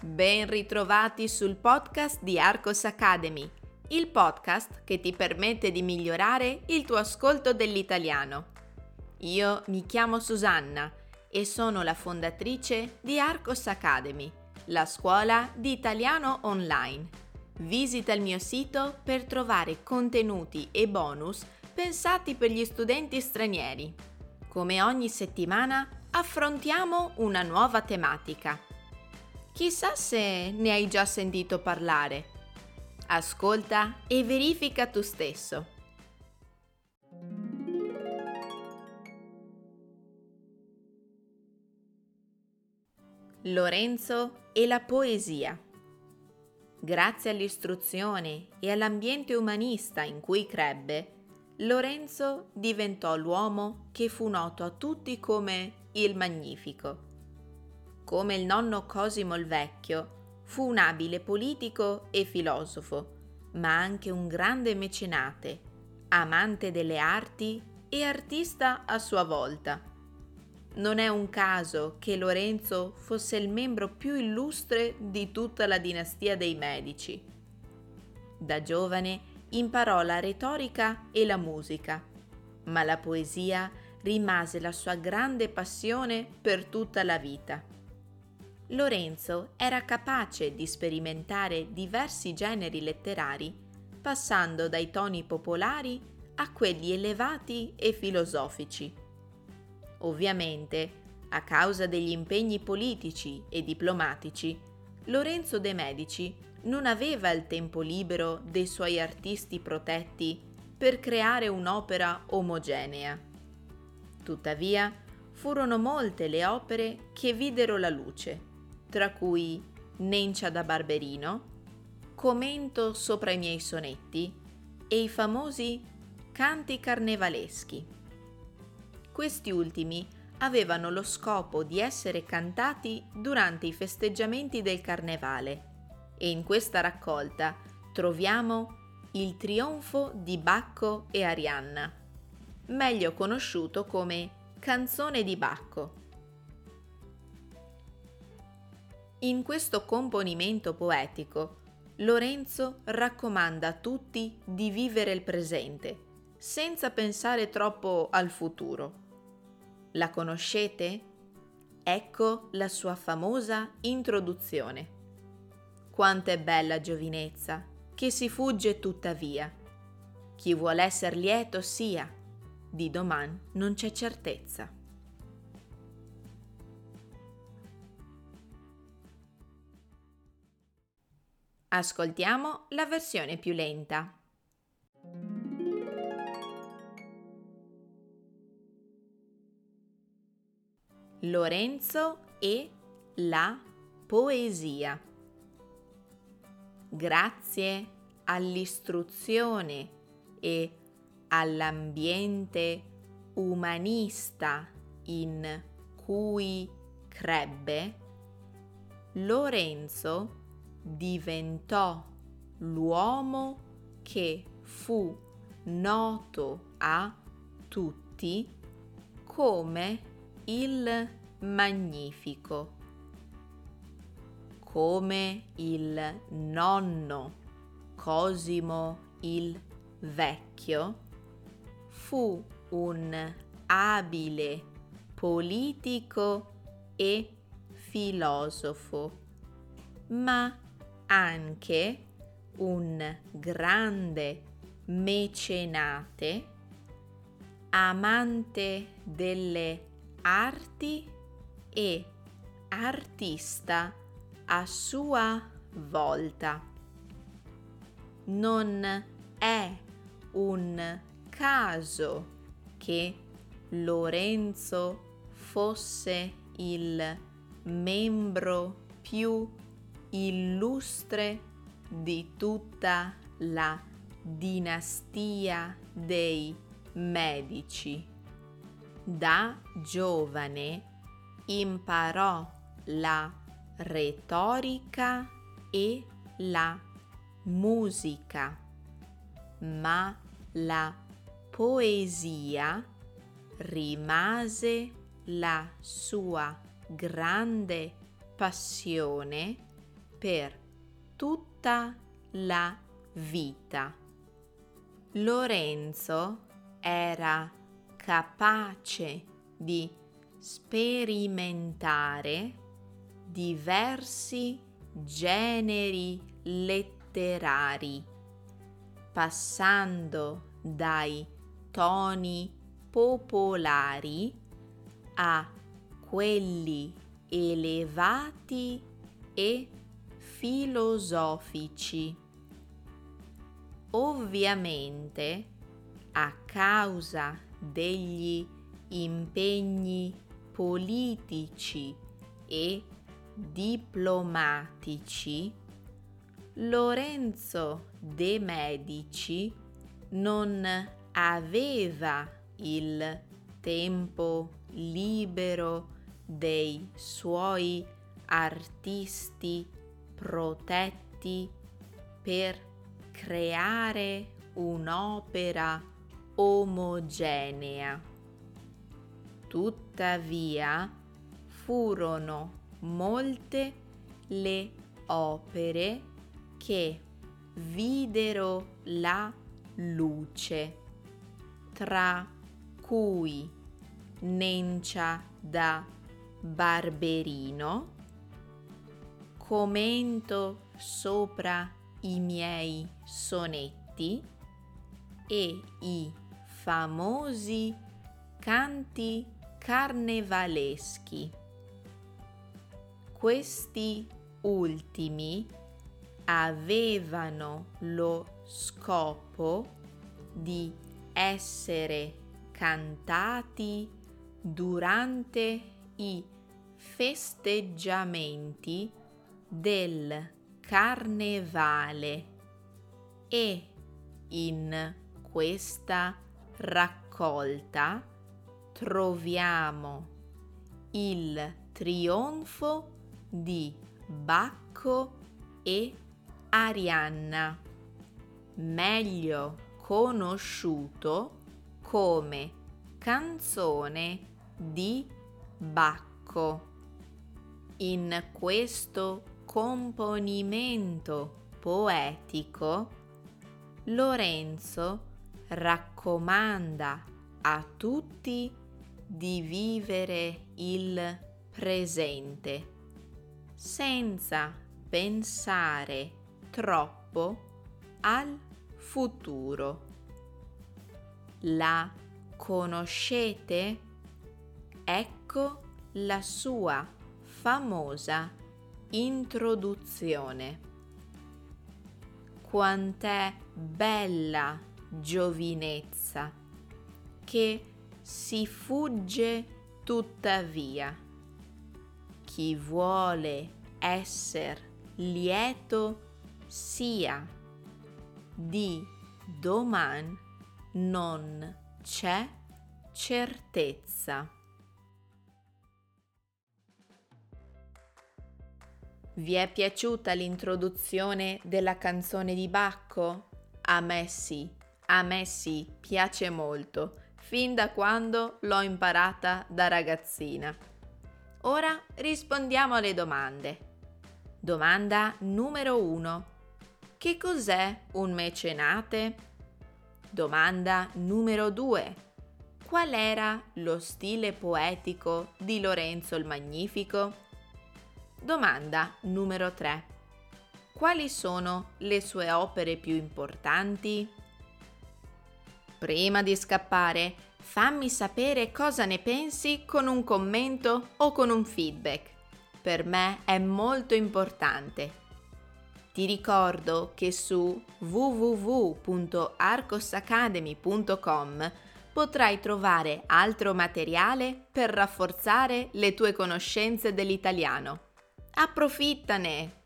Ben ritrovati sul podcast di Arcos Academy, il podcast che ti permette di migliorare il tuo ascolto dell'italiano. Io mi chiamo Susanna e sono la fondatrice di Arcos Academy, la scuola di italiano online. Visita il mio sito per trovare contenuti e bonus pensati per gli studenti stranieri. Come ogni settimana affrontiamo una nuova tematica. Chissà se ne hai già sentito parlare. Ascolta e verifica tu stesso. Lorenzo e la poesia. Grazie all'istruzione e all'ambiente umanista in cui crebbe, Lorenzo diventò l'uomo che fu noto a tutti come il Magnifico. Come il nonno Cosimo il Vecchio, fu un abile politico e filosofo, ma anche un grande mecenate, amante delle arti e artista a sua volta. Non è un caso che Lorenzo fosse il membro più illustre di tutta la dinastia dei Medici. Da giovane imparò la retorica e la musica, ma la poesia rimase la sua grande passione per tutta la vita. Lorenzo era capace di sperimentare diversi generi letterari, passando dai toni popolari a quelli elevati e filosofici. Ovviamente, a causa degli impegni politici e diplomatici, Lorenzo de' Medici non aveva il tempo libero dei suoi artisti protetti per creare un'opera omogenea. Tuttavia, furono molte le opere che videro la luce, tra cui Nencia da Barberino, Commento sopra i miei sonetti e i famosi Canti carnevaleschi. Questi ultimi avevano lo scopo di essere cantati durante i festeggiamenti del Carnevale e in questa raccolta troviamo il trionfo di Bacco e Arianna, meglio conosciuto come Canzone di Bacco. In questo componimento poetico, Lorenzo raccomanda a tutti di vivere il presente, senza pensare troppo al futuro. La conoscete? Ecco la sua famosa introduzione. Quanto è bella giovinezza, che si fugge tuttavia. Chi vuol esser lieto sia, di doman non c'è certezza. Ascoltiamo la versione più lenta. Lorenzo e la poesia. Grazie all'istruzione e all'ambiente umanista in cui crebbe, Lorenzo diventò l'uomo che fu noto a tutti come il Magnifico. Come il nonno Cosimo il Vecchio, fu un abile politico e filosofo, ma anche un grande mecenate, amante delle arti e artista a sua volta. Non è un caso che Lorenzo fosse il membro più illustre di tutta la dinastia dei Medici. Da giovane imparò la retorica e la musica, ma la poesia rimase la sua grande passione per tutta la vita. Lorenzo era capace di sperimentare diversi generi letterari, passando dai toni popolari a quelli elevati e filosofici. Ovviamente, a causa degli impegni politici e diplomatici, Lorenzo de' Medici non aveva il tempo libero dei suoi artisti protetti per creare un'opera omogenea. Tuttavia, furono molte le opere che videro la luce, tra cui Nencia da Barberino, Commento sopra i miei sonetti e i famosi canti carnevaleschi. Questi ultimi avevano lo scopo di essere cantati durante i festeggiamenti del carnevale e in questa raccolta troviamo il trionfo di Bacco e Arianna, meglio conosciuto come Canzone di Bacco. In questo componimento poetico, Lorenzo raccomanda a tutti di vivere il presente, senza pensare troppo al futuro. La conoscete? Ecco la sua famosa introduzione. Quant'è bella giovinezza, che si fugge tuttavia. Chi vuole esser lieto sia, di doman non c'è certezza. Vi è piaciuta l'introduzione della canzone di Bacco? A me sì, piace molto, fin da quando l'ho imparata da ragazzina. Ora rispondiamo alle domande. Domanda numero 1. Che cos'è un mecenate? Domanda numero 2. Qual era lo stile poetico di Lorenzo il Magnifico? Domanda numero 3. Quali sono le sue opere più importanti? Prima di scappare, fammi sapere cosa ne pensi con un commento o con un feedback. Per me è molto importante. Ti ricordo che su www.arcosacademy.com potrai trovare altro materiale per rafforzare le tue conoscenze dell'italiano. Approfittane!